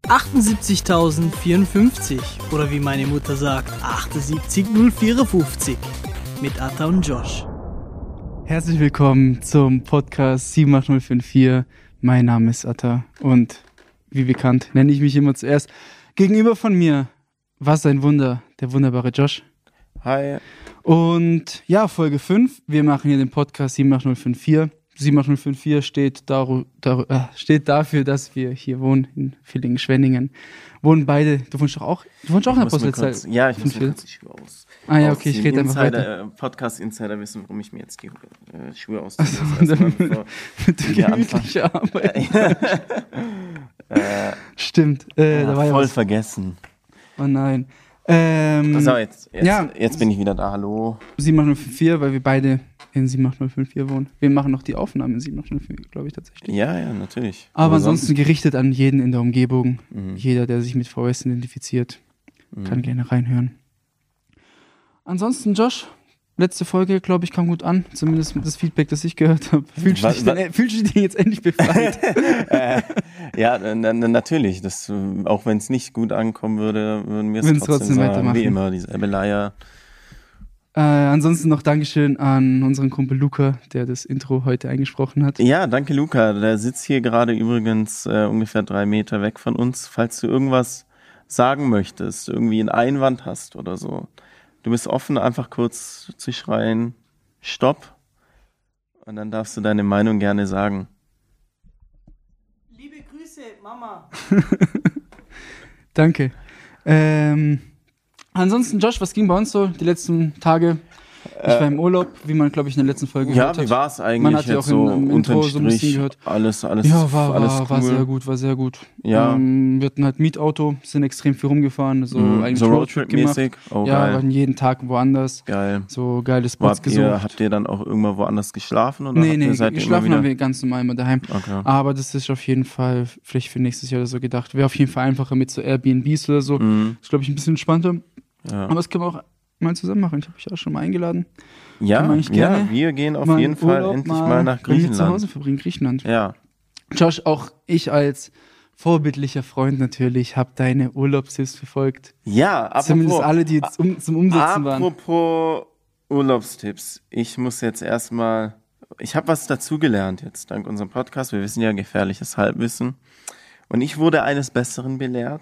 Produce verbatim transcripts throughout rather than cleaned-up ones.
achtundsiebzigtausendvierundfünfzig oder wie meine Mutter sagt, achtundsiebzigtausendvierundfünfzig mit Atta und Josh. Herzlich willkommen zum Podcast sieben acht null fünf vier. Mein Name ist Atta und wie bekannt nenne ich mich immer zuerst. Gegenüber von mir war sein Wunder, der wunderbare Josh. Hi. Und ja, Folge fünf. Wir machen hier den Podcast sieben acht null fünf vier. sieben acht null fünf vier steht, daru, daru, äh, steht dafür, dass wir hier wohnen, in Villingen-Schwenningen. Wohnen beide, du wohnst doch auch, du wohnst auch in der Postleitzahl? Ja, ich muss mir kurz die Schuhe aus. Ah ja, okay, ich rede einfach weiter. Podcast-Insider wissen, warum ich mir jetzt die äh, Schuhe ausziehe. Also, bevor mit der gemütlichen Arbeit. äh, Stimmt. Äh, ja, da war voll ja vergessen. Oh nein. Ähm, so, jetzt, jetzt, ja, jetzt bin ich wieder da, hallo. sieben acht null fünf vier, weil wir beide in sieben acht null fünf vier wohnen. Wir machen noch die Aufnahmen in sieben acht null fünf vier, glaube ich tatsächlich. Ja, ja, natürlich. Aber ansonsten sonst? Gerichtet an jeden in der Umgebung. Mhm. Jeder, der sich mit V S identifiziert, mhm. kann gerne reinhören. Ansonsten, Josh, letzte Folge, glaube ich, kam gut an. Zumindest das Feedback, das ich gehört habe. Fühlst, was, was? fühlst du dich denn jetzt endlich befreit? äh, ja, na, na, natürlich. Das, auch wenn es nicht gut ankommen würde, würden wir es trotzdem, trotzdem sagen. Weitermachen. Wie immer, dieselbe Leier. Äh, ansonsten noch Dankeschön an unseren Kumpel Luca, der das Intro heute eingesprochen hat. Ja, danke Luca. Der sitzt hier gerade übrigens äh, ungefähr drei Meter weg von uns. Falls du irgendwas sagen möchtest, irgendwie einen Einwand hast oder so. Du bist offen, einfach kurz zu schreien, Stopp. Und dann darfst du deine Meinung gerne sagen. Liebe Grüße, Mama. Danke. Ähm, ansonsten, Josh, was ging bei uns so die letzten Tage? Ich war im Urlaub, wie man, glaube ich, in der letzten Folge gehört hat. Ja, wie war es eigentlich? Man hat ja auch so im, im Intro so ein bisschen gehört. Alles, alles, ja, war, alles war, cool. war sehr gut, war sehr gut. Ja. Ähm, wir hatten halt Mietauto, sind extrem viel rumgefahren, so mm, eigentlich so Roadtrip gemacht. Oh, ja, geil. waren jeden Tag woanders. Geil. So geile Spots gesucht. Ihr, habt ihr dann auch irgendwann woanders geschlafen? Oder nee, habt nee, ihr, seid geschlafen ihr immer haben wir ganz normal immer daheim. Okay. Aber das ist auf jeden Fall vielleicht für nächstes Jahr oder so gedacht. Wäre auf jeden Fall einfacher mit so Airbnbs oder so. Mm. Ist, glaube ich, ein bisschen entspannter. Ja. Aber das können wir auch mal zusammen machen. Ich habe mich auch schon mal eingeladen. Ja, ja, wir gehen auf jeden Fall Urlaub endlich mal, mal nach Griechenland. Zu Hause verbringen, Griechenland. Ja. Josh, auch ich als vorbildlicher Freund natürlich habe deine Urlaubstipps verfolgt. Ja, apropos. Zumindest alle, die jetzt um, zum Umsetzen waren. Apropos Urlaubstipps. Ich muss jetzt erstmal, ich habe was dazugelernt jetzt dank unserem Podcast. Wir wissen ja gefährliches Halbwissen. Und ich wurde eines Besseren belehrt.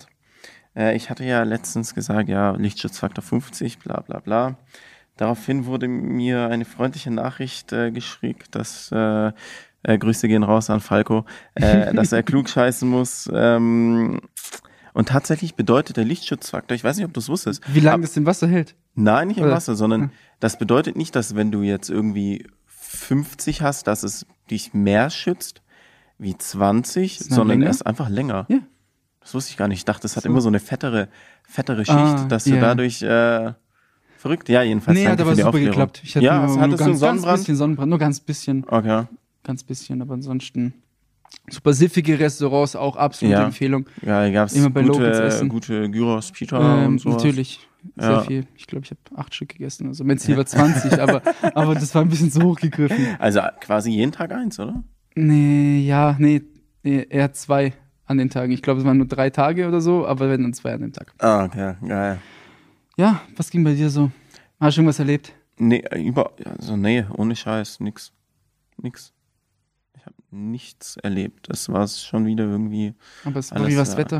Ich hatte ja letztens gesagt, ja, Lichtschutzfaktor fünfzig, bla bla bla. Daraufhin wurde mir eine freundliche Nachricht äh, geschickt, dass, äh, äh, Grüße gehen raus an Falco, äh, dass er klug scheißen muss. Ähm, und tatsächlich bedeutet der Lichtschutzfaktor, ich weiß nicht, ob du es wusstest. Wie lange das im Wasser hält? Nein, nicht im Oder? Wasser, sondern ja. das bedeutet nicht, dass wenn du jetzt irgendwie fünfzig hast, dass es dich mehr schützt wie zwanzig, sondern länger? erst einfach länger. Ja. Das wusste ich gar nicht. Ich dachte, es hat so. immer so eine fettere, fettere Schicht, ah, dass du yeah. dadurch äh, verrückt. Ja, jedenfalls. Nee, danke hat aber für die super Aufklärung. geklappt. Ich hatte ja, nur, was, nur hattest ganz, du Sonnenbrand? ganz bisschen Sonnenbrand, nur ganz bisschen. Okay. Ganz bisschen, aber ansonsten super siffige Restaurants, auch absolute ja. Empfehlung. Ja, gab es gute, gute Gyros, Pita ähm, und sowas. Natürlich, sehr ja. viel. Ich glaube, ich habe acht Stück gegessen. Also mein Ziel war zwanzig, aber, aber das war ein bisschen zu hoch gegriffen. Also quasi jeden Tag eins, oder? Nee, ja, nee, eher zwei an den Tagen. Ich glaube, es waren nur drei Tage oder so, aber wenn dann zwei an dem Tag. Ah, okay, geil. Ja, was ging bei dir so? Hast du irgendwas erlebt? Nee, über, also nee, ohne Scheiß, nix. Nix. Ich habe nichts erlebt. Das war schon wieder irgendwie. Aber es war wie war das Wetter?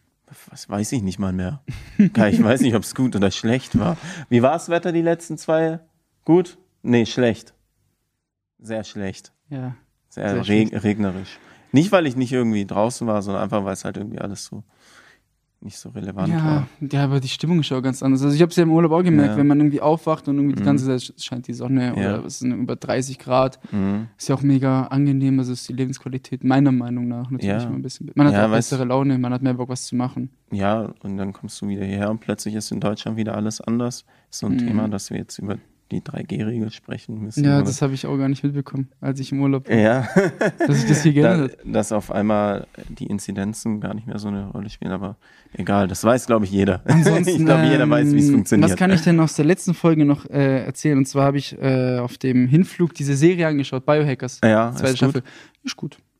Was weiß ich nicht mal mehr. Ich weiß nicht, ob es gut oder schlecht war. Wie war das Wetter die letzten zwei? Gut? Nee, schlecht. Sehr schlecht. Ja. Sehr, sehr reg- schlecht. regnerisch. Nicht, weil ich nicht irgendwie draußen war, sondern einfach, weil es halt irgendwie alles so nicht so relevant ja, war. Ja, aber die Stimmung ist ja auch ganz anders. Also ich habe es ja im Urlaub auch gemerkt, ja. wenn man irgendwie aufwacht und irgendwie die mhm. ganze Zeit scheint die Sonne ja. oder es sind über dreißig Grad. Mhm. Ist ja auch mega angenehm, also ist die Lebensqualität meiner Meinung nach natürlich ja. immer ein bisschen. Man hat ja, auch bessere Laune, man hat mehr Bock, was zu machen. Ja, und dann kommst du wieder hierher und plötzlich ist in Deutschland wieder alles anders. Ist so ein mhm. Thema, dass wir jetzt über die drei G Regel sprechen müssen. Ja, oder? das habe ich auch gar nicht mitbekommen, als ich im Urlaub war. Ja. Dass sich das hier geändert hat. Dass auf einmal die Inzidenzen gar nicht mehr so eine Rolle spielen, aber egal, das weiß, glaube ich, jeder. Ansonsten, ich glaube, jeder weiß, wie es funktioniert. Was kann ich denn aus der letzten Folge noch äh, erzählen? Und zwar habe ich äh, auf dem Hinflug diese Serie angeschaut, Biohackers. Ja, zweite ist Staffel. gut. Ist gut.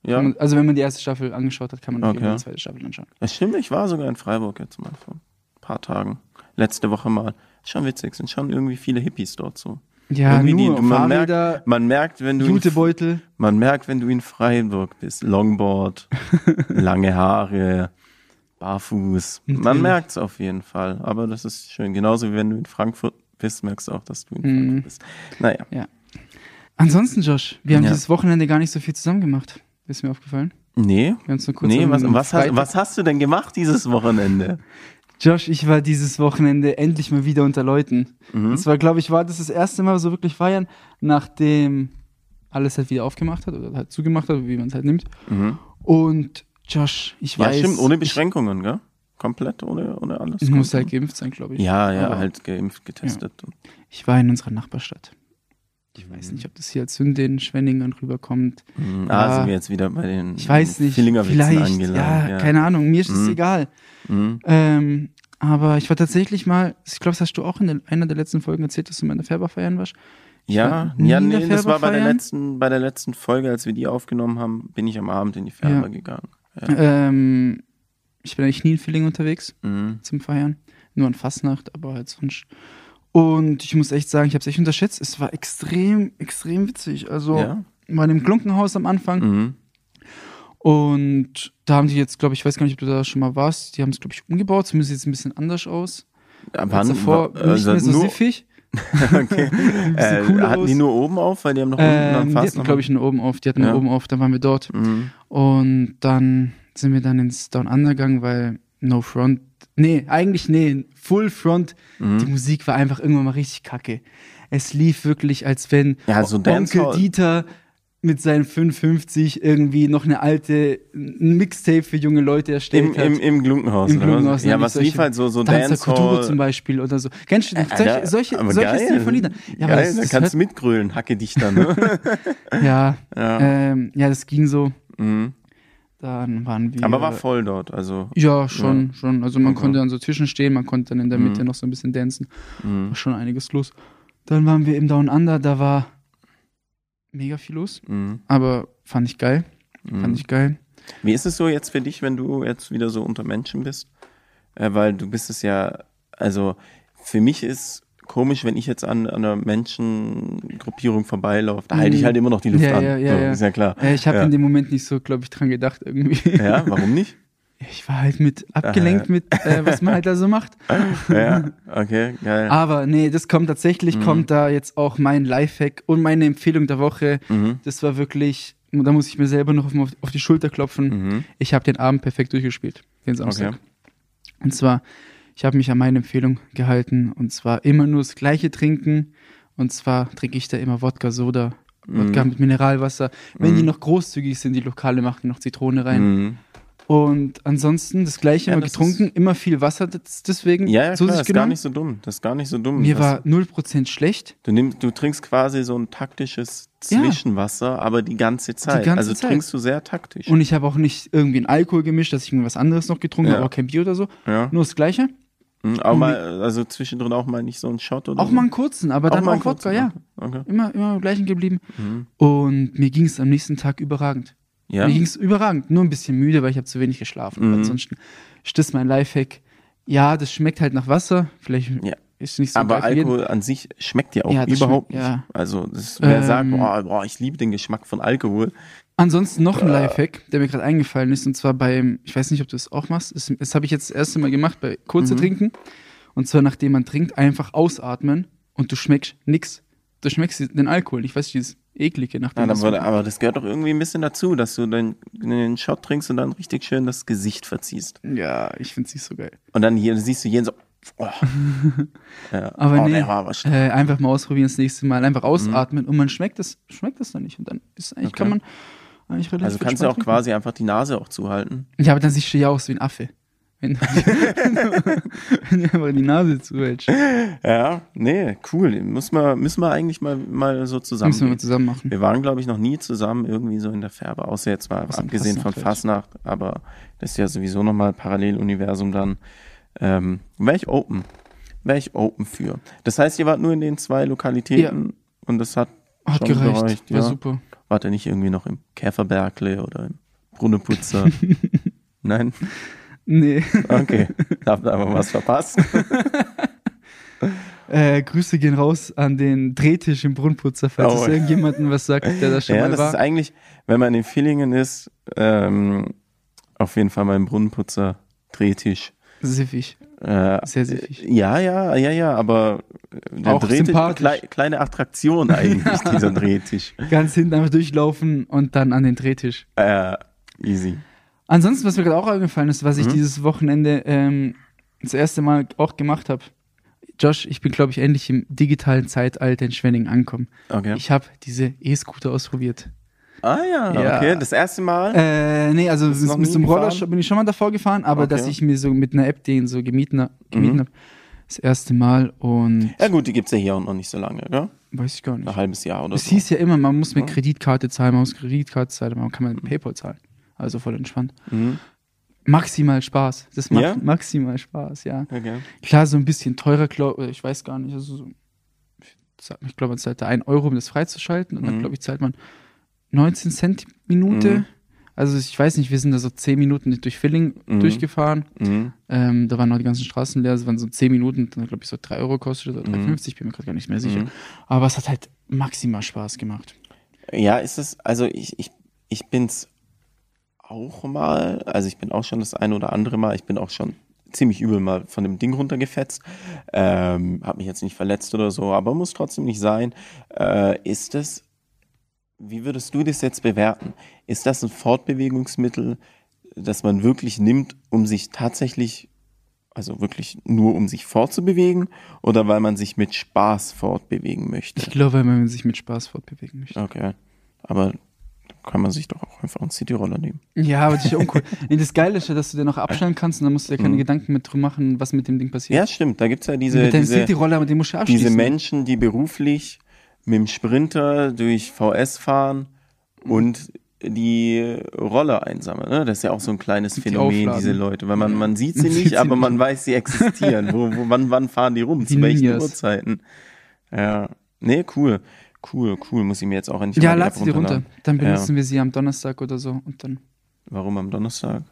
Ja. Man, also wenn man die erste Staffel angeschaut hat, kann man auf jeden Okay. Fall die zweite Staffel anschauen. Das stimmt, ich war sogar in Freiburg jetzt mal vor ein paar Tagen. Letzte Woche mal. Schon witzig, sind schon irgendwie viele Hippies dort so. Ja, Irgendwie nur die, man, Fahrräder, merkt, man merkt, wenn du in, Jutebeutel. man merkt, wenn du in Freiburg bist, Longboard, lange Haare, barfuß. Man Natürlich. merkt es auf jeden Fall. Aber das ist schön. Genauso wie wenn du in Frankfurt bist, merkst du auch, dass du in Mhm. Frankfurt bist. Naja. Ansonsten, Josh, wir haben Ja. dieses Wochenende gar nicht so viel zusammen gemacht. Ist mir aufgefallen. Nee. Wir haben uns nur kurz Nee, am was, was, hast, Freitag- was hast du denn gemacht dieses Wochenende? Josh, ich war dieses Wochenende endlich mal wieder unter Leuten. Mhm. Und zwar, glaube ich, war das das erste Mal so wirklich feiern, nachdem alles halt wieder aufgemacht hat oder halt zugemacht hat, wie man es halt nimmt. Mhm. Und Josh, ich Ja, weiß... stimmt, ohne ich, Beschränkungen, gell? Komplett ohne, ohne alles. ich muss halt geimpft sein, glaube ich. Ja, ja, Aber halt geimpft, getestet. Ich war in unserer Nachbarstadt. Ich weiß nicht, ob das hier als Sünde in Schwenningen rüberkommt. Mhm. Ja. Ah, sind wir jetzt wieder bei den Ich weiß nicht, Villingerwitzen vielleicht, angelangt. ja, keine Ahnung, mir ist es Mhm. egal. Mhm. Ähm, aber ich war tatsächlich mal, ich glaube, das hast du auch in der, einer der letzten Folgen erzählt, dass du mal in der Färber feiern warst. Ich Ja, war nie ja, in nee, der das war Färber bei der feiern. letzten, bei der letzten Folge, als wir die aufgenommen haben, bin ich am Abend in die Färber Ja. gegangen. Ja. Ähm, ich bin eigentlich nie in Villingen unterwegs Mhm. zum Feiern. Nur an Fastnacht, aber halt sonst. Und ich muss echt sagen, ich habe es echt unterschätzt. Es war extrem, extrem witzig. Also, Ja. war in einem Glunkenhaus am Anfang. Mhm. Und da haben die jetzt, glaube ich, ich weiß gar nicht, ob du da schon mal warst, die haben es, glaube ich, umgebaut. Zumindest jetzt ein bisschen anders aus. Aber Als davor war- nicht also mehr so nur, siffig. okay. äh, cooler hatten die aus. nur oben auf, weil die haben noch unten Ähm, dann die fast hatten, noch- glaube ich, nur oben auf. Die hatten Ja. nur oben auf, dann waren wir dort. Mhm. Und dann sind wir dann ins Down Under gegangen, weil No Front, nee, eigentlich nee, Full Front, Mhm. die Musik war einfach irgendwann mal richtig kacke. Es lief wirklich, als wenn Ja, so Onkel Dancehall. Dieter mit seinen fünfundfünfzig irgendwie noch eine alte ein Mixtape für junge Leute erstellt Im, hat. im, Im Glunkenhaus. Im oder Glunkenhaus, was? Ja, nämlich was lief solche halt so, so Danza Kuduro zum Dancehall. Beispiel oder so. Kennst du Äh, solche, Alter, solche, aber solche geil. Stile von Liedern? Ja, aber Geil, das, dann das kannst du hört, mitgrölen, hacke dich dann, ne? ja, ja. ähm, ja, das ging so. Mhm. Dann waren wir. Aber war voll dort, also. Ja, schon, schon. Also man Okay. konnte dann so zwischenstehen, man konnte dann in der Mhm. Mitte noch so ein bisschen dancen. Mhm. War schon einiges los. Dann waren wir im Down Under, da war mega viel los, Mhm. aber fand ich geil. Mhm. Fand ich geil. Wie ist es so jetzt für dich, wenn du jetzt wieder so unter Menschen bist? Äh, weil du bist es ja, also für mich ist komisch, wenn ich jetzt an, an einer Menschengruppierung vorbeilaufe. Da halte ich Mhm. halt immer noch die Luft Ja, an. ja, ja, so, ja. Ist ja klar. Äh, ich habe Ja. in dem Moment nicht so, glaube ich, dran gedacht irgendwie. Ja, warum nicht? Ich war halt mit abgelenkt mit, äh, was man halt da so macht. Ja, okay, geil. Aber nee, das kommt tatsächlich, Mhm. kommt da jetzt auch mein Lifehack und meine Empfehlung der Woche. Mhm. Das war wirklich, da muss ich mir selber noch auf, auf die Schulter klopfen. Mhm. Ich habe den Abend perfekt durchgespielt, den Samstag. Okay. Und zwar, ich habe mich an meine Empfehlung gehalten und zwar immer nur das Gleiche trinken. Und zwar trinke ich da immer Wodka Soda, Wodka Mhm. mit Mineralwasser. Wenn Mhm. die noch großzügig sind, die Lokale machen noch Zitrone rein. Mhm. Und ansonsten das Gleiche Ja, immer das getrunken, immer viel Wasser das- deswegen Ja, ja, zu klar, sich ist gar genommen. nicht so dumm. Das ist gar nicht so dumm. Mir Das- war null Prozent schlecht. Du, nimmst, du trinkst quasi so ein taktisches Ja. Zwischenwasser, aber die ganze Zeit. ganze also Zeit. trinkst du sehr taktisch. Und ich habe auch nicht irgendwie einen Alkohol gemischt, dass ich irgendwas anderes noch getrunken Ja. habe, auch kein Bier oder so. ja. Nur das Gleiche. Mhm, auch und mal, also zwischendrin auch mal nicht so ein Shot oder Auch so. mal einen kurzen, aber Auch dann mal auch, einen Wodka, kurzen, ja. Okay. Immer, immer am gleichen geblieben. Mhm. Und mir ging es am nächsten Tag überragend. Ja. Mir ging es überragend. Nur ein bisschen müde, weil ich habe zu wenig geschlafen. Mhm. Aber ansonsten ist das mein Lifehack. Ja, das schmeckt halt nach Wasser. Vielleicht Ja. ist nicht so Aber geil für jeden. Alkohol an sich schmeckt ja auch Ja, das überhaupt schmeckt- nicht. ja. Also das, wer Ähm, sagt, boah, boah, ich liebe den Geschmack von Alkohol. Ansonsten noch ein Äh. Lifehack, der mir gerade eingefallen ist. Und zwar beim, ich weiß nicht, ob du das auch machst. Das, das habe ich jetzt das erste Mal gemacht bei kurze Mhm. Trinken. Und zwar, nachdem man trinkt, einfach ausatmen und du schmeckst nix. Du schmeckst den Alkohol. Ich weiß nicht, dieses eklige nach Ja, dem. aber, aber das gehört doch irgendwie ein bisschen dazu, dass du den, den Shot trinkst und dann richtig schön das Gesicht verziehst. ja, ich finde es nicht so geil. Und dann hier siehst du jeden so, oh. Ja. Aber oh, nee, der war aber stark. äh, einfach mal ausprobieren das nächste Mal. Einfach ausatmen und man schmeckt das, schmeckt das dann nicht. Und dann ist eigentlich, Okay. kann man eigentlich relativ Also kannst du auch entspannt quasi einfach die Nase auch zuhalten. trinken. Ja, aber dann siehst du ja aus wie ein Affe. Wenn, wenn du wenn du einfach die Nase zuhältst. Ja, nee, cool. Muss man, müssen wir eigentlich mal, mal so zusammen. Müssen wir mal zusammen machen. Wir waren, glaube ich, noch nie zusammen irgendwie so in der Färbe, außer jetzt mal Außer abgesehen von Fastnacht Fastnacht, aber das ist ja sowieso nochmal Paralleluniversum dann. Ähm, Wäre ich open. Wäre ich open für. Das heißt, ihr wart nur in den zwei Lokalitäten und das hat, Hat schon gereicht. gereicht, War ja. super. Wart ihr nicht irgendwie noch im Käferbergle oder im Brunnenputzer? Nein? Nee. Okay, habt ihr aber was verpasst. Äh, Grüße gehen raus an den Drehtisch im Brunnenputzer, falls Oh. es irgendjemanden was sagt, der da schon Ja, mal das war. ist eigentlich, wenn man in Villingen ist, ähm, auf jeden Fall mal im Brunnenputzer Drehtisch. Siffig. Äh, Sehr siffig. Ja, ja, ja, ja, aber der Auch Drehtisch, sympathisch. klei kleine Attraktion eigentlich, dieser Drehtisch. Ganz hinten einfach durchlaufen und dann an den Drehtisch. Äh, easy. Ansonsten, was mir gerade auch eingefallen ist, was ich Mhm. dieses Wochenende ähm, das erste Mal auch gemacht habe. Josh, ich bin, glaube ich, endlich im digitalen Zeitalter in Schwenningen angekommen. Okay. Ich habe diese E-Scooter ausprobiert. ah ja, Ja. okay, das erste Mal. Äh, nee, also Bist du noch mit nie so einem Roller gefahren? bin ich schon mal davor gefahren, aber Okay. dass ich mir so mit einer App den so gemieten, gemieten Mhm. habe, das erste Mal und Ja gut, die gibt's ja hier auch noch nicht so lange, gell? weiß ich gar nicht. Ein halbes Jahr oder Es so. hieß ja immer, man muss mit Mhm. Kreditkarte zahlen, man muss Kreditkarte zahlen, man kann mit PayPal zahlen. Also voll entspannt. Mhm. Maximal Spaß. Das macht Ja? maximal Spaß, ja. Okay. Klar, so ein bisschen teurer, glaub, oder ich weiß gar nicht. Also so, ich glaube, man zahlt da ein Euro, um das freizuschalten. Und dann, Mhm. glaube ich, zahlt man neunzehn Cent die Minute. Mhm. Also ich weiß nicht, wir sind da so zehn Minuten durch Villingen Mhm. durchgefahren. Mhm. Ähm, da waren noch die ganzen Straßen leer. Es waren so zehn Minuten, dann glaube ich so drei Euro kostet oder drei Mhm. fünfzig, bin mir gerade gar nicht mehr sicher. Mhm. Aber es hat halt maximal Spaß gemacht. Ja, ist es, also ich, ich, ich bin's auch mal, also ich bin auch schon das eine oder andere Mal, ich bin auch schon ziemlich übel mal von dem Ding runtergefetzt, ähm, habe mich jetzt nicht verletzt oder so, aber muss trotzdem nicht sein. Äh, ist das, wie würdest du das jetzt bewerten? Ist das ein Fortbewegungsmittel, das man wirklich nimmt, um sich tatsächlich, also wirklich nur um sich fortzubewegen oder weil man sich mit Spaß fortbewegen möchte? Ich glaube, wenn man sich mit Spaß fortbewegen möchte. Okay, aber kann man sich doch auch einfach einen Cityroller nehmen. Ja, aber das ist ja uncool. Nee, das Geile ist ja, dass du den noch abstellen kannst und dann musst du dir keine Mhm. Gedanken mehr drum machen, was mit dem Ding passiert. Ja, stimmt, da gibt's ja diese, mit deinem diese, Cityroller, den musst du abschließen. diese Menschen, die beruflich mit dem Sprinter durch V S fahren und die Roller einsammeln. Ne? Das ist ja auch so ein kleines Die Phänomen, aufladen. diese Leute. Weil man, man sieht sie Man sieht nicht, sie aber nicht. man weiß, sie existieren. wo, wo, wann, wann fahren die rum? Die Zu welchen Ninjas. Uhrzeiten? Ja. Nee, cool. Cool, cool. Muss ich mir jetzt auch endlich Ja, mal die lad App sie dir runter. runterladen. Dann Ja. benutzen wir sie am Donnerstag oder so und dann Warum am Donnerstag?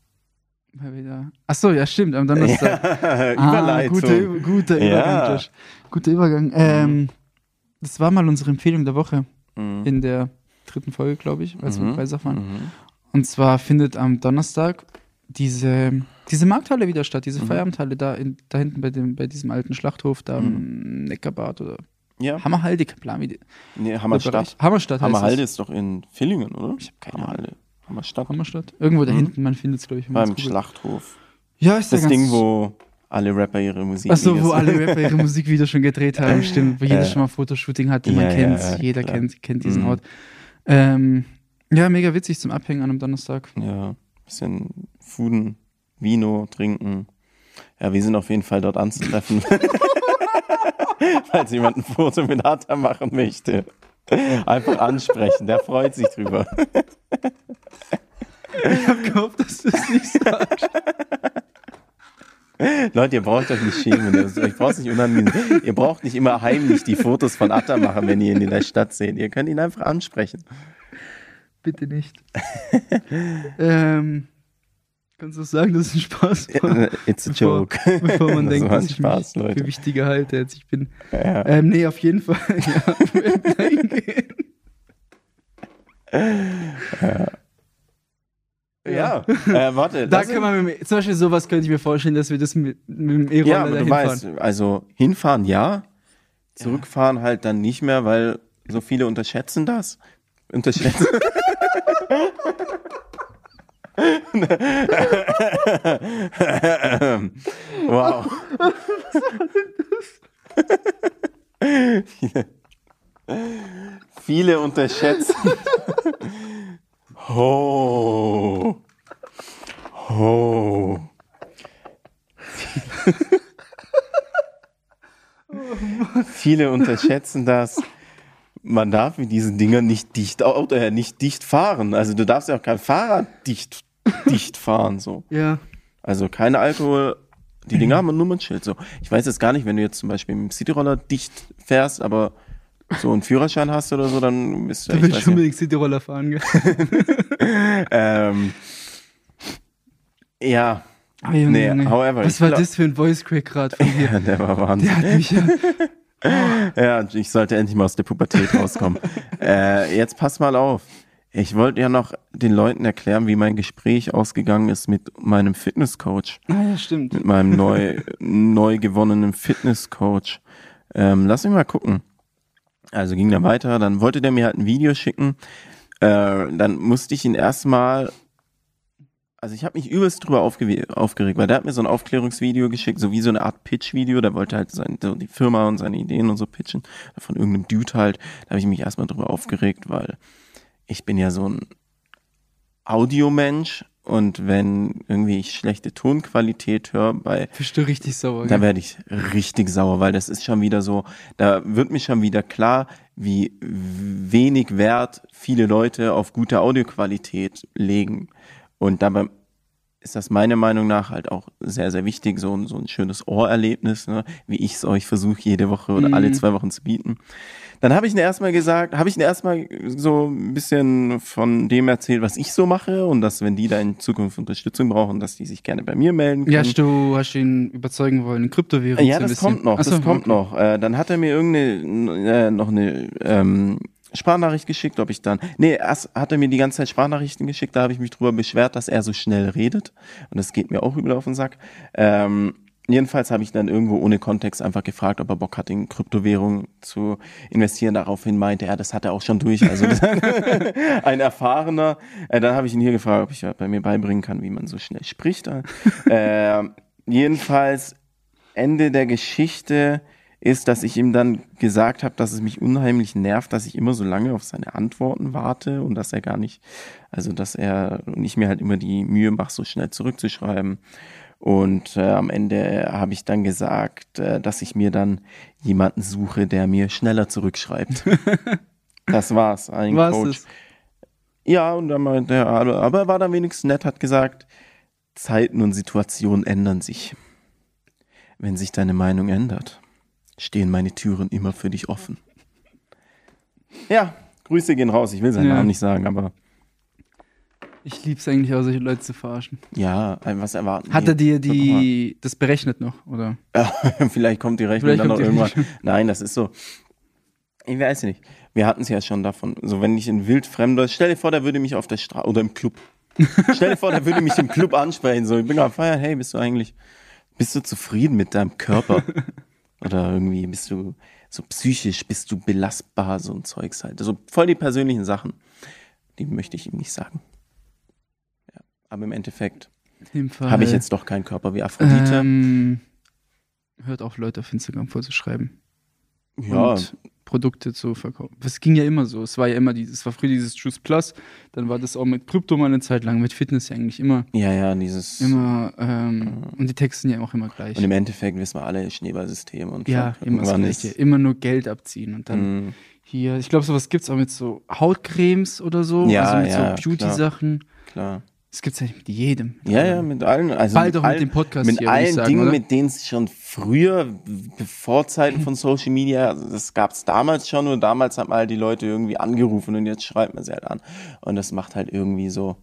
mal wieder. Ach so, ja, stimmt, am Donnerstag. Ja, Ah, Überleitung. guter, Über- guter Ja. Übergang, Josh. Guter Übergang. Ähm, das war mal unsere Empfehlung der Woche Mhm. in der dritten Folge, glaube ich, als wir Mhm. im Preis erfahren. Mhm. Und zwar findet am Donnerstag diese, diese Markthalle wieder statt, diese Mhm. Feierabendhalle da, in, da hinten bei, dem, bei diesem alten Schlachthof, da am Neckarbad oder Ja, Hammerhaldig, plan wie die- nee, Hammerstadt. Hammerstadt heißt Hammerhalde es. ist doch in Villingen, oder? Ich hab keine Ahnung. Hammerhalde. Hammerstadt. Hammerstadt. Irgendwo da Mhm. hinten, man findet es, glaube ich. wenn man's Beim googelt. Schlachthof. Ja, ist ja Das ganz Ding, wo alle Rapper ihre Musik Achso, wo alle Rapper ihre Musikvideos schon gedreht haben, stimmt. Wo jeder Äh, schon mal Fotoshooting hatte, man ja, kennt ja, jeder klar. kennt, kennt diesen Mhm. Ort. Ähm, ja, mega witzig zum Abhängen an einem Donnerstag. Ja, bisschen Fuden, Vino, trinken. Ja, wir sind auf jeden Fall dort anzutreffen. Falls jemand ein Foto mit Atta machen möchte. Einfach ansprechen, der freut sich drüber. Ich hab gehofft, dass du es nicht sagst. Leute, ihr braucht euch nicht schämen. Ich brauch's nicht unangenehm. Ihr braucht nicht immer heimlich die Fotos von Atta machen, wenn ihr ihn in der Stadt seht. Ihr könnt ihn einfach ansprechen. Bitte nicht. ähm, kannst du sagen, dass es ein Spaß war? It's a Bevor- joke. Bevor man Das denkt, war dass ein ich Spaß, mich Leute. für wichtiger halte, als ich bin. Ja. Ähm, nee, auf jeden Fall. Ja, wir werden reingehen. Ja, äh, warte. Da das kann man mit, zum Beispiel sowas könnte ich mir vorstellen, dass wir das mit, mit dem E-Roller Ja, aber dahin du fahren. weißt, also hinfahren ja, zurückfahren halt dann nicht mehr, weil so viele unterschätzen das. Unterschätzen. Wow. viele, viele unterschätzen. Ho. Ho. Viele unterschätzen das. Man darf mit diesen Dingern nicht dicht, äh, nicht dicht fahren. Also du darfst ja auch kein Fahrrad dicht, dicht fahren. So. Ja. Also kein Alkohol. Die Dinger haben ein Nummernschild. So. Ich weiß jetzt gar nicht, wenn du jetzt zum Beispiel mit dem Cityroller dicht fährst, aber so einen Führerschein hast oder so, dann bist du... Du ich willst weiß schon nicht. unbedingt Cityroller fahren, gell? ähm, ja, Oh, Junge, nee, Junge. however. Was ich war glaub- das für ein Voice Crack gerade von dir? Ja, der war Wahnsinn. Der hat mich ja... Ja, ich sollte endlich mal aus der Pubertät rauskommen. äh, jetzt pass mal auf. Ich wollte ja noch den Leuten erklären, wie mein Gespräch ausgegangen ist mit meinem Fitnesscoach. Ah ja, stimmt. Mit meinem neu, neu gewonnenen Fitnesscoach. Ähm, lass mich mal gucken. Also ging dann weiter, dann wollte der mir halt ein Video schicken. Äh, dann musste ich ihn erstmal... Also ich habe mich übelst drüber aufge- aufgeregt, weil der hat mir so ein Aufklärungsvideo geschickt, so wie so eine Art Pitch-Video, der wollte halt sein, so die Firma und seine Ideen und so pitchen, von irgendeinem Dude halt, da habe ich mich erstmal drüber aufgeregt, weil ich bin ja so ein Audiomensch und wenn irgendwie ich schlechte Tonqualität höre bei, Bist du richtig sauer, da gell? werde ich richtig sauer, weil das ist schon wieder so, da wird mir schon wieder klar, wie wenig Wert viele Leute auf gute Audioqualität legen. Und dabei ist das meiner Meinung nach halt auch sehr, sehr wichtig, so ein, so ein schönes Ohrerlebnis, ne? Wie ich es euch versuche, jede Woche oder Mhm. alle zwei Wochen zu bieten. Dann habe ich ihn erstmal gesagt, habe ich ihn erstmal so ein bisschen von dem erzählt, was ich so mache und dass, wenn die da in Zukunft Unterstützung brauchen, dass die sich gerne bei mir melden können. Ja, du hast ihn überzeugen wollen, in Kryptowährung Ja, zu das investieren. kommt noch, Ach so, das kommt okay. noch. Äh, dann hat er mir irgendeine, äh, noch eine ähm, Sprachnachricht geschickt, ob ich dann, nee, erst hat er mir die ganze Zeit Sprachnachrichten geschickt, da habe ich mich drüber beschwert, dass er so schnell redet und das geht mir auch übel auf den Sack. Ähm, jedenfalls habe ich dann irgendwo ohne Kontext einfach gefragt, ob er Bock hat, in Kryptowährungen zu investieren. Daraufhin meinte er, das hat er auch schon durch, also ein Erfahrener. Äh, dann habe ich ihn hier gefragt, ob ich ja bei mir beibringen kann, wie man so schnell spricht. äh, jedenfalls Ende der Geschichte ist, dass ich ihm dann gesagt habe, dass es mich unheimlich nervt, dass ich immer so lange auf seine Antworten warte und dass er gar nicht, also dass er und ich mir halt immer die Mühe mache, so schnell zurückzuschreiben. Und äh, am Ende habe ich dann gesagt, äh, dass ich mir dann jemanden suche, der mir schneller zurückschreibt. Das war's, ein Was Coach. ist? Ja, und dann meinte er, aber aber er war dann wenigstens nett, hat gesagt, Zeiten und Situationen ändern sich. Wenn sich deine Meinung ändert, stehen meine Türen immer für dich offen. Ja, Grüße gehen raus. Ich will seinen Ja. Namen nicht sagen, aber Ich lieb's eigentlich auch, solche Leute zu verarschen. ja, was erwarten Hat die? er dir Sag die das berechnet noch, oder? mal. Vielleicht kommt die Rechnung Vielleicht dann noch kommt die irgendwann. Nein, das ist so. Ich weiß nicht. Wir hatten es ja schon davon. So, wenn ich ein wildfremder, stell dir vor, der würde mich auf der Straße oder im Club. Stell dir vor, der würde mich im Club ansprechen. So, ich bin am Feiern. Hey, bist du eigentlich, bist du zufrieden mit deinem Körper? Oder irgendwie bist du so psychisch, bist du belastbar, so ein Zeugs halt. So voll die persönlichen Sachen. Die möchte ich ihm nicht sagen. Ja, aber im Endeffekt In dem Fall. habe ich jetzt doch keinen Körper wie Aphrodite. Ähm, hört auf, Leute auf Instagram vorzuschreiben. ja, Und Produkte zu verkaufen. Das ging ja immer so. Es war ja immer dieses, es war früher dieses Juice Plus, dann war das auch mit Krypto mal eine Zeit lang, mit Fitness ja eigentlich immer, ja, ja, dieses. immer, ähm, und die Texte sind ja auch immer gleich. Und im Endeffekt wissen wir alle Schneeballsystem und Ja, fuck, immer das irgendwann Gleiche. ist- Immer nur Geld abziehen und dann Mm, hier, ich glaube, sowas gibt's auch mit so Hautcremes oder so, Ja, also mit ja, so Beauty-Sachen. klar. Das gibt's eigentlich mit jedem. Ja, ja, mit allen. Also Bald mit auch mit allen, dem Podcast Mit hier, würde ich allen sagen, Dingen, oder? mit denen es schon früher, bevor Zeiten von Social Media, also das gab es damals schon und damals hat man halt die Leute irgendwie angerufen und jetzt schreibt man sie halt an. Und das macht halt irgendwie so,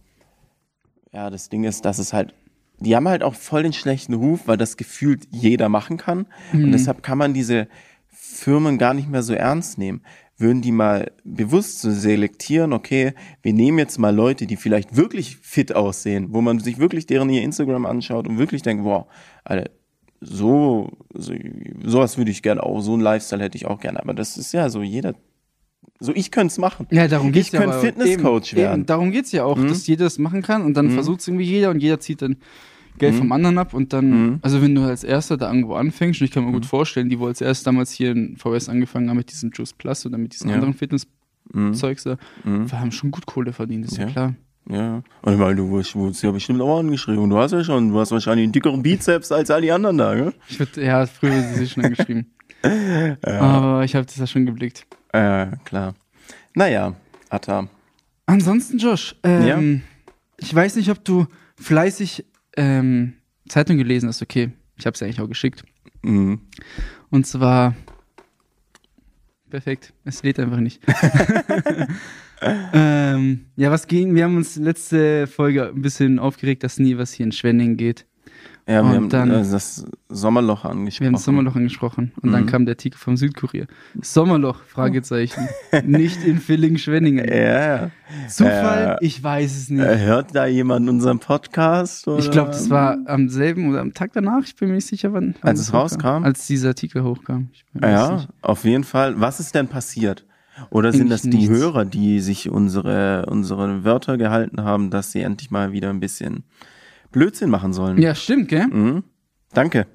ja, das Ding ist, dass es halt, die haben halt auch voll den schlechten Ruf, weil das gefühlt jeder machen kann. Und deshalb kann man diese Firmen gar nicht mehr so ernst nehmen. Würden die mal bewusst so selektieren, okay, wir nehmen jetzt mal Leute, die vielleicht wirklich fit aussehen, wo man sich wirklich deren ihr Instagram anschaut und wirklich denkt, wow, Alter, so, so sowas würde ich gerne auch, so ein Lifestyle hätte ich auch gerne. Aber das ist ja so jeder, so ich könnte es machen. Ja, darum geht's Ich ja. könnte aber Fitnesscoach eben, werden. Eben, darum geht's ja auch, Mhm. dass jeder das machen kann und dann Mhm. versucht es irgendwie jeder und jeder zieht dann Geld Mhm. vom anderen ab und dann, Mhm. also wenn du als Erster da irgendwo anfängst, und ich kann mir gut vorstellen, die, wo als erst damals hier in V S angefangen haben mit diesem Juice Plus oder mit diesen Ja. anderen Mhm. Fitnesszeugs da, Mhm. wir haben schon gut Kohle verdient, ist ja, Ja. klar. Ja. Und weil du wurdest wurdest ja bestimmt auch angeschrieben. Du hast ja schon, du hast wahrscheinlich einen dickeren Bizeps als all die anderen da, gell? Ich würd, ja, früher ist sie schon angeschrieben. Aber ich habe das ja schon geblickt. Äh, klar. Naja, Atta. Ansonsten, Josh, ähm, ich weiß nicht, ob du fleißig ähm, Zeitung gelesen hast, okay. Ich habe es ja eigentlich auch geschickt. Mhm. Und zwar perfekt. Es lädt einfach nicht. ähm, ja, was ging? Wir haben uns letzte Folge ein bisschen aufgeregt, dass nie was hier in Schwenningen geht. Ja, wir Und haben dann- äh, das Sommerloch angesprochen. Wir haben das Sommerloch angesprochen und dann Mhm. kam der Artikel vom Südkurier. Sommerloch, Fragezeichen. Nicht in Villingen-Schwenningen. Ja, Zufall? Äh, ich weiß es nicht. äh, hört da jemand unseren Podcast? Oder? Ich glaube, das war am selben oder am Tag danach. Ich bin mir nicht sicher, wann. wann Als das es rauskam? Als dieser Artikel hochkam. Ich bin mir nicht Ja, sicher. auf jeden Fall. Was ist denn passiert? Oder sind das Eigentlich die nichts. Hörer, die sich unsere, unsere Wörter gehalten haben, dass sie endlich mal wieder ein bisschen Blödsinn machen sollen? Ja, stimmt, gell? Mhm. Danke.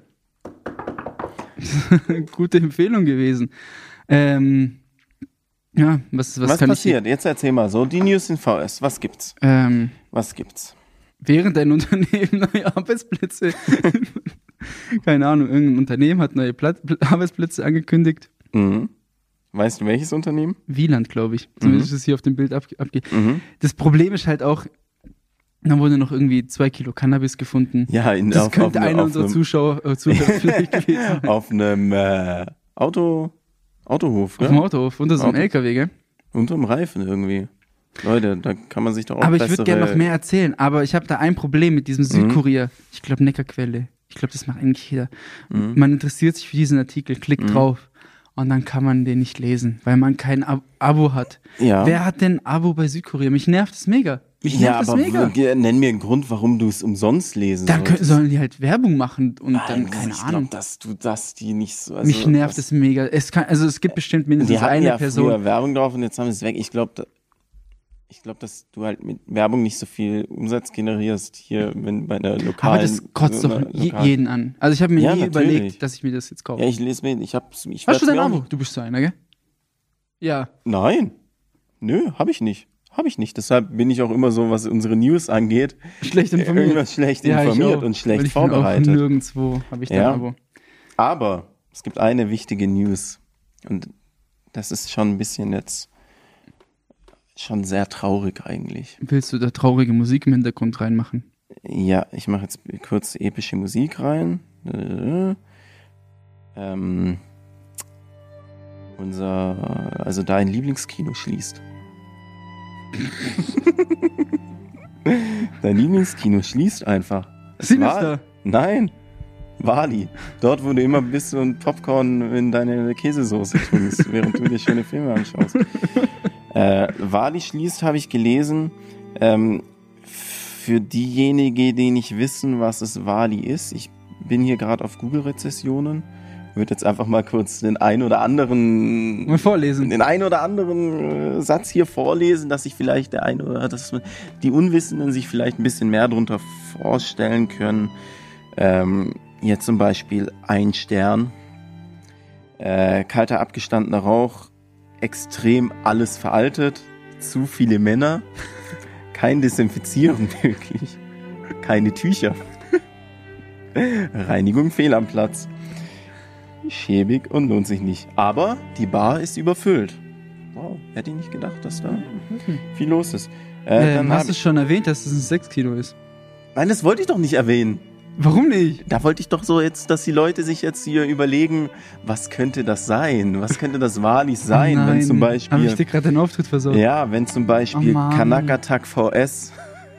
Gute Empfehlung gewesen. Ähm, ja, was, was, Was, kann passiert? Jetzt erzähl mal so. Die News in V S. Was gibt's? ich. Ähm, Was gibt's? während ein Unternehmen neue Arbeitsplätze. Keine Ahnung, irgendein Unternehmen hat neue Plat Arbeitsplätze angekündigt. Mhm. Weißt du, welches Unternehmen? Wieland, glaube ich. Zumindest ist es hier auf dem Bild abge abge Mhm. Das Problem ist halt auch, da wurde noch irgendwie zwei Kilo Cannabis gefunden. Ja, in, Das auf, könnte auf, einer auf unserer einem, Zuschauer, äh, Zuhörer vielleicht gewesen sein. auf einem äh, Auto, Autohof, Auf dem gell? Autohof, unter so einem Auto. L K W, gell? Unterm Reifen irgendwie. Leute, da kann man sich doch auch Aber ich bessere... würde gerne noch mehr erzählen, aber ich habe da ein Problem mit diesem Südkurier. Ich glaube Neckarquelle. Ich glaube, das macht eigentlich jeder. Mhm. Man interessiert sich für diesen Artikel, klickt Mhm. drauf und dann kann man den nicht lesen, weil man kein Ab Abo hat. Ja. Wer hat denn ein Abo bei Südkurier? Mich nervt das mega. Mich Ja, nervt das aber mega. w- nenn mir einen Grund, warum du es umsonst lesen Dann können, solltest. sollen die halt Werbung machen und dann, Nein, keine ich Ahnung. glaub, dass du das die nicht so... Also, Mich nervt das, es mega. Es kann, also es gibt bestimmt mindestens Die hatten eine ja Person. früher Werbung drauf und jetzt haben sie es weg. Ich glaube, da, ich glaube, dass du halt mit Werbung nicht so viel Umsatz generierst hier wenn bei der lokalen... Aber das kotzt so doch einer je, lokalen- jeden an. Also ich habe mir Ja, nie natürlich. überlegt, dass ich mir das jetzt kaufe. Ja, ich lese mir... Ich hab's, ich Hast werd's du dein mir auch Abo? nicht- Du bist so einer, gell? Ja. Nein. Nö, habe ich nicht. Habe ich nicht. Deshalb bin ich auch immer so, was unsere News angeht, Schlecht informiert. irgendwas schlecht Ja, ich informiert auch. und Weil schlecht ich bin auch vorbereitet. nirgendwo habe ich dein Ja. Abo. Aber es gibt eine wichtige News und das ist schon ein bisschen jetzt schon sehr traurig eigentlich. Willst du da traurige Musik im Hintergrund reinmachen? Ja, ich mache jetzt kurz epische Musik rein. Äh, Ähm, unser, also dein Lieblingskino schließt. Dein Lieblingskino schließt einfach. Es Sinister. war- Nein, Wali. Dort, wo du immer bist und Popcorn in deine Käsesoße trinkst, während du dir schöne Filme anschaust. Äh, Wali schließt, habe ich gelesen. Ähm, für diejenigen, die nicht wissen, was es Wali ist, ich bin hier gerade auf Google-Rezessionen. Ich würde jetzt einfach mal kurz den ein oder anderen Mal vorlesen. den ein oder anderen äh, Satz hier vorlesen, dass sich vielleicht der eine oder dass die Unwissenden sich vielleicht ein bisschen mehr darunter vorstellen können. Ähm, hier zum Beispiel ein Stern, äh, kalter abgestandener Rauch, extrem alles veraltet, zu viele Männer, kein Desinfizieren möglich, keine Tücher, Reinigung fehl am Platz. Schäbig und lohnt sich nicht. Aber die Bar ist überfüllt. Wow, hätte ich nicht gedacht, dass da viel los ist. Äh, Ähm, dann hast hab du ich, schon erwähnt, dass es ein Sexkino ist? nein, das wollte ich doch nicht erwähnen. Warum nicht? Da wollte ich doch so jetzt, dass die Leute sich jetzt hier überlegen, was könnte das sein? Was könnte das wahrlich sein, Oh nein. wenn zum Habe ich Beispiel, dir gerade den Auftritt versaut? ja, wenn zum Beispiel Oh Mann. Kanakatak V S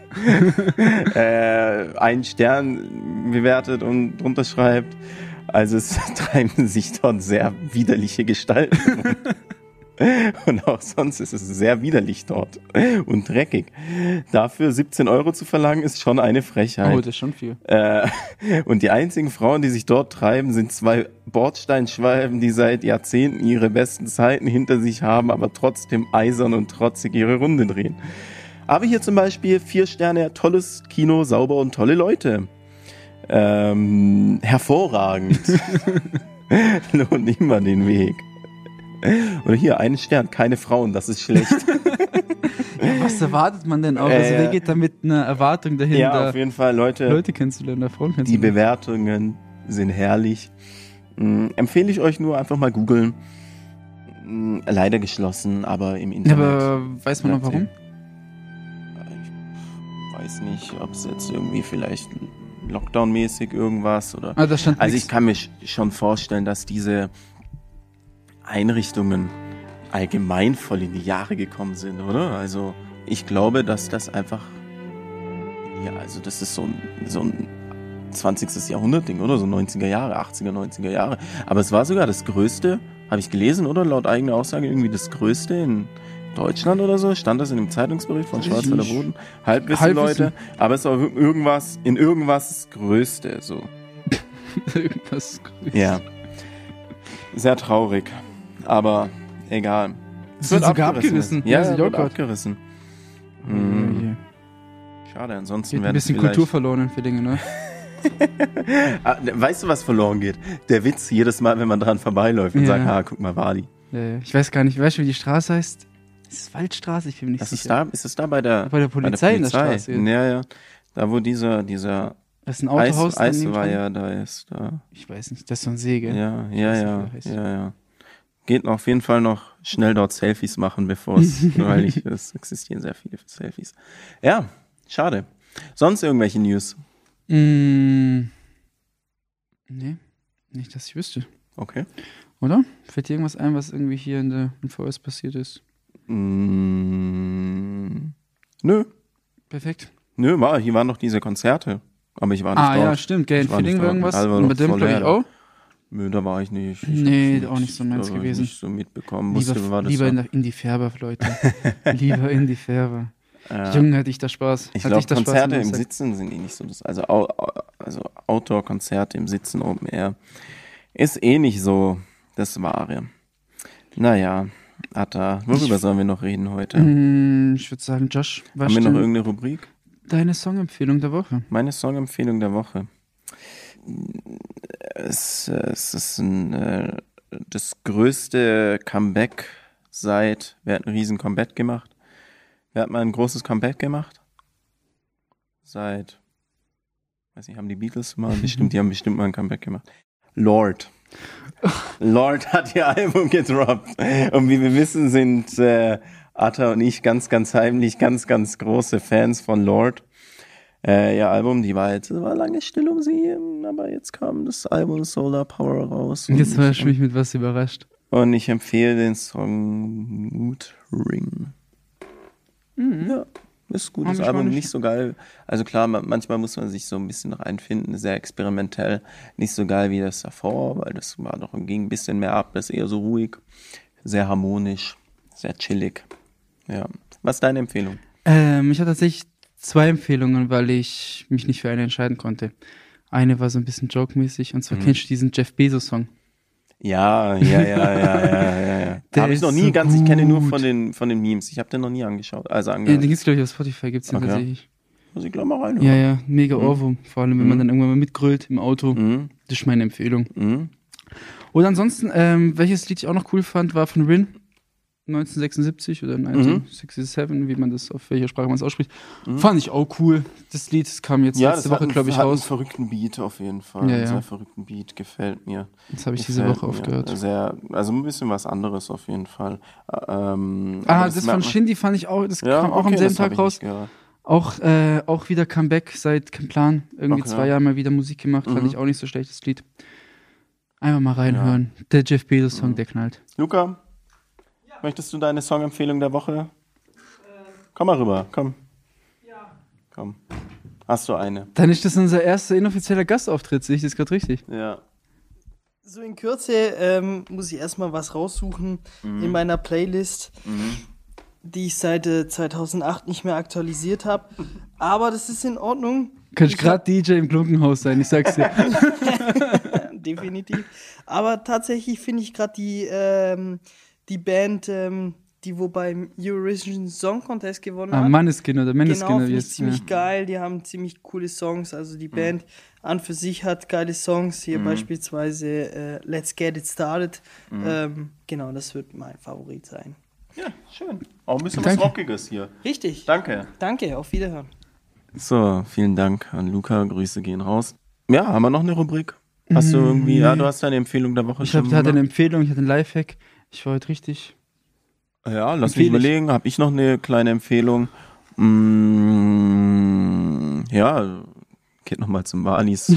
äh, einen Stern bewertet und drunter schreibt. Also es treiben sich dort sehr widerliche Gestalten rum. Und auch sonst ist es sehr widerlich dort und dreckig. Dafür siebzehn Euro zu verlangen, ist schon eine Frechheit. Oh, das ist schon viel. Äh, und die einzigen Frauen, die sich dort treiben, sind zwei Bordsteinschwalben, die seit Jahrzehnten ihre besten Zeiten hinter sich haben, aber trotzdem eisern und trotzig ihre Runde drehen. Aber hier zum Beispiel vier Sterne, tolles Kino, sauber und tolle Leute. Ähm, hervorragend. Lohnt immer den Weg. Oder hier, einen Stern, keine Frauen, das ist schlecht. Ja, was erwartet man denn auch? Also Äh, wer geht da mit einer Erwartung dahin, Ja, da auf jeden Fall, Leute. Leute kennenzulernen, da Frauen Die kennenzulernen? Bewertungen sind herrlich. Ähm, empfehle ich euch nur einfach mal googeln. Ähm, leider geschlossen, aber im Ja, Internet. aber weiß man noch warum? Ich weiß nicht, ob es jetzt irgendwie vielleicht Lockdown-mäßig irgendwas oder. Ah, da stand Also nix. ich kann mir sch- schon vorstellen, dass diese Einrichtungen allgemein voll in die Jahre gekommen sind, oder? Also ich glaube, dass das einfach, ja, also das ist so ein, so ein zwanzigsten Jahrhundert-Ding, oder? So neunziger Jahre, achtziger, neunziger Jahre. Aber es war sogar das größte, habe ich gelesen, oder? Laut eigener Aussage irgendwie das größte in Deutschland oder so. Stand das in dem Zeitungsbericht von Schwarzwälder Boden? Halbwissen, Halbwissen. Leute. Aber es war irgendwas, in irgendwas das Größte, so. Irgendwas größtes. Ja. Sehr traurig. Aber egal. Es wird sogar abgerissen. Ja, Ja, es wird Gott. abgerissen. Ja, Mhm. hier. Schade, ansonsten Geht ein werden bisschen vielleicht... Kultur verloren in Villingen, ne? Ah, weißt du, was verloren geht? Der Witz jedes Mal, wenn man dran vorbeiläuft und Ja. sagt, ah, guck mal, Wali. Ja, ja. Ich weiß gar nicht, weißt du, wie die Straße heißt? Ist es Waldstraße? Ich bin mir nicht Das ist sicher. da, ist es da bei der, Bei der Polizei in der Straße. Ja, ja. Da, wo dieser, dieser Das ist ein Eis, Autohaus. daneben dran. Eisweiher da ist. Da. Ich weiß nicht, das ist so ein See, gell? Ja, Ich ja, weiß nicht, ja, wie der heißt. ja, ja. Geht auf jeden Fall noch schnell dort Selfies machen, bevor es, weil ich, es existieren sehr viele Selfies. Ja, schade. Sonst irgendwelche News? Mm, nee, nicht, dass ich wüsste. Okay. Oder? Fällt dir irgendwas ein, was irgendwie hier in der in V S passiert ist? Mm, nö, Perfekt. nö, war, hier waren noch diese Konzerte. Aber ich war nicht Ah, dort. ja, stimmt, gell? In Ich war nicht Villingen war dort. irgendwas. Also war Und doch bei dem, voll glaube ich, leer. auch. Nö, da war ich nicht. Ich Nee, hab's auch nicht so meins da gewesen. Nicht so mitbekommen. Lieber, Musste, war das lieber so. in, der, in die Färber, Leute. Lieber in die Färber. Ja. Junge, hatte ich da Spaß. Ich Hatte glaube, da Spaß Konzerte am im Samstag. Sitzen sind eh nicht so das. Also, Au- Au- also Outdoor-Konzerte im Sitzen Open Air ist eh nicht so das Wahre. Naja, Atta, worüber sollen wir noch reden heute? Mm, Ich würde sagen, Josh, was Haben wir noch denn irgendeine Rubrik? deine Songempfehlung der Woche? Meine Songempfehlung der Woche. Es, es ist ein, äh, das größte Comeback seit, wer hat ein riesen Comeback gemacht? Wer hat mal ein großes Comeback gemacht? Seit, weiß nicht, haben die Beatles mal, bestimmt, die haben bestimmt mal ein Comeback gemacht. Lord. Lord hat ihr Album gedroppt. Und wie wir wissen, sind äh, Atta und ich ganz, ganz heimlich, ganz, ganz große Fans von Lord. Äh, ihr Album, die war jetzt, war lange still um sie, aber jetzt kam das Album Solar Power raus. Und Jetzt hast ich, du mich mit was überrascht. und ich empfehle den Song Mood Ring. Ja, ist gut. Hab Das ich Album noch nicht- nicht so geil. Also klar, ma- manchmal muss man sich so ein bisschen noch einfinden, sehr experimentell. Nicht so geil wie das davor, weil das war doch, ging ein bisschen mehr ab. Das ist eher so ruhig, sehr harmonisch, sehr chillig. Ja. Was ist deine Empfehlung? Ähm, ich hatte tatsächlich zwei Empfehlungen, weil ich mich nicht für eine entscheiden konnte. Eine war so ein bisschen joke-mäßig, und zwar Mhm. kennst du diesen Jeff Bezos-Song? Ja, ja, ja, ja, ja, ja, ja. Der Habe ich ist noch nie so ganz, ich kenne ihn nur gut. von den, von den Memes. Ich habe den noch nie angeschaut, also Ja, den angehört. gibt's, glaube ich, auf Spotify, gibt's den Okay. tatsächlich. Muss ich gleich mal reinhören. Ja, ja, mega Mhm. Ohrwurm. Vor allem, wenn Mhm. man dann irgendwann mal mitgrölt im Auto. Mhm. Das ist meine Empfehlung. Mhm. Und ansonsten, ähm, welches Lied ich auch noch cool fand, war von Rin. neunzehnhundertsechsundsiebzig oder neunzehnhundertsiebenundsiebzig, wie man das, auf welcher Sprache man es ausspricht. Mhm. Fand ich auch cool. Das Lied das kam jetzt Ja, letzte das Woche, hat, glaube ich, hat raus. einen verrückten Beat auf jeden Fall. Ja, Einen ja. sehr verrückten Beat, gefällt mir. Das habe ich diese Gefällt Woche mir. aufgehört. Sehr, also ein bisschen was anderes auf jeden Fall. Ähm, Ah, aber das, merkt von man- Shindy fand ich auch, das Ja, kam auch okay, am selben das hab Tag ich raus. nicht gehört. Auch, äh, auch wieder Comeback seit kein Plan. Irgendwie Okay. zwei Jahre mal wieder Musik gemacht. Fand Mhm. ich auch nicht so schlechtes Lied. Einfach mal reinhören. Der Jeff Bezos-Song, Mhm. der knallt. Luca, möchtest du deine Songempfehlung der Woche? Komm mal rüber, komm. Ja. Komm. Hast du eine? Dann ist das unser erster inoffizieller Gastauftritt. Sehe ich das gerade richtig? Ja. So in Kürze ähm, muss ich erstmal was raussuchen in meiner Playlist, Mhm. die ich seit äh, zweitausendacht nicht mehr aktualisiert habe. Aber das ist in Ordnung. Kannst Ich gerade D J im Glunkenhaus sein, ich sag's dir. Definitiv. Aber tatsächlich finde ich gerade die, ähm, die Band, ähm, die wo beim Eurovision Song Contest gewonnen ah, hat. Manneskin oder Manneskin. Genau, oder finde wie ich jetzt, ziemlich ja. geil. Die haben ziemlich coole Songs. Also die Band an für sich hat geile Songs. Hier beispielsweise äh, Let's Get It Started. Ähm, genau, das wird mein Favorit sein. Ja, schön. Auch ein bisschen Danke. was Rockiges hier. Richtig. Danke. Danke, auf Wiederhören. So, vielen Dank an Luca. Grüße gehen raus. Ja, haben wir noch eine Rubrik? Hast du irgendwie, ja, du hast deine Empfehlung der Woche Ich schon hab, hatte eine gemacht? Empfehlung, ich hatte einen Lifehack. Ich war heute richtig. Ja, lass Empfehl mich ich. überlegen. Habe ich noch eine kleine Empfehlung? Mm, ja, geht nochmal zum Walis.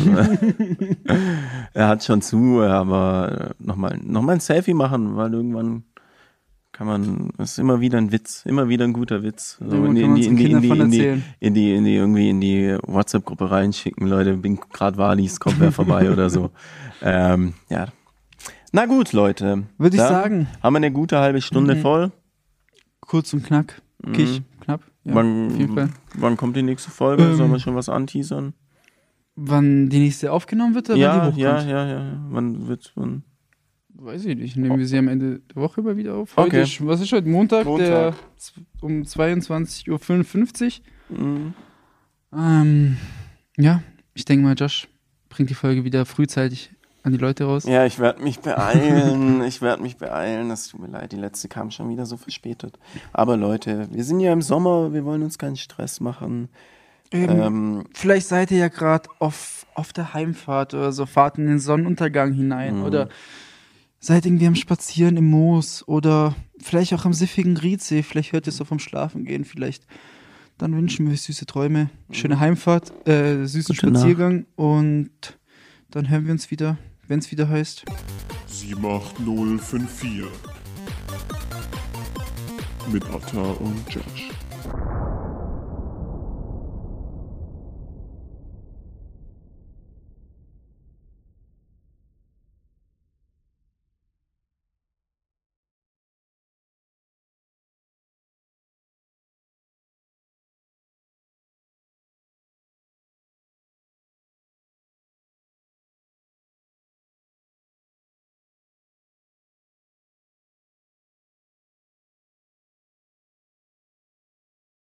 Er hat schon zu, aber nochmal noch mal ein Selfie machen, weil irgendwann kann man, ist immer wieder ein Witz, immer wieder ein guter Witz. So Ja, in, die, kann in, die, man in, die, in, die, unseren in, die, Kindern in die, in die, irgendwie in die WhatsApp-Gruppe reinschicken, Leute, bin gerade Walis, kommt wer vorbei oder so. Ähm, ja. Na gut, Leute. Würde ich Dann sagen. Haben wir eine gute halbe Stunde Mhm. voll. Kurz und knack. Kich, knapp. Ja, wann, auf jeden Fall. wann kommt die nächste Folge? Ähm, Sollen wir schon was anteasern? Wann die nächste aufgenommen wird oder Ja, wann die ja, hochkommt? ja, ja. Wann wird wann? Weiß ich nicht. Nehmen wir sie am Ende der Woche immer wieder auf. Heute Okay. ist, was ist heute? Montag, Montag. Der, z- um zweiundzwanzig Uhr fünfundfünfzig. Mhm. Ähm, ja, ich denke mal, Josh bringt die Folge wieder frühzeitig an die Leute raus. Ja, ich werde mich beeilen. Ich werde mich beeilen. Das tut mir leid, die letzte kam schon wieder so verspätet. Aber Leute, wir sind ja im Sommer, wir wollen uns keinen Stress machen. Ähm, Ähm, Vielleicht seid ihr ja gerade auf, auf der Heimfahrt oder so, fahrt in den Sonnenuntergang hinein Mhm. oder seid irgendwie am Spazieren im Moos oder vielleicht auch am siffigen Riedsee, vielleicht hört ihr es so vom Schlafen gehen, vielleicht. Dann wünschen wir euch süße Träume, schöne Heimfahrt, äh, süßen Gute Spaziergang und dann hören wir uns wieder, wenn es wieder heißt. sieben acht null fünf vier mit Atta und Josh.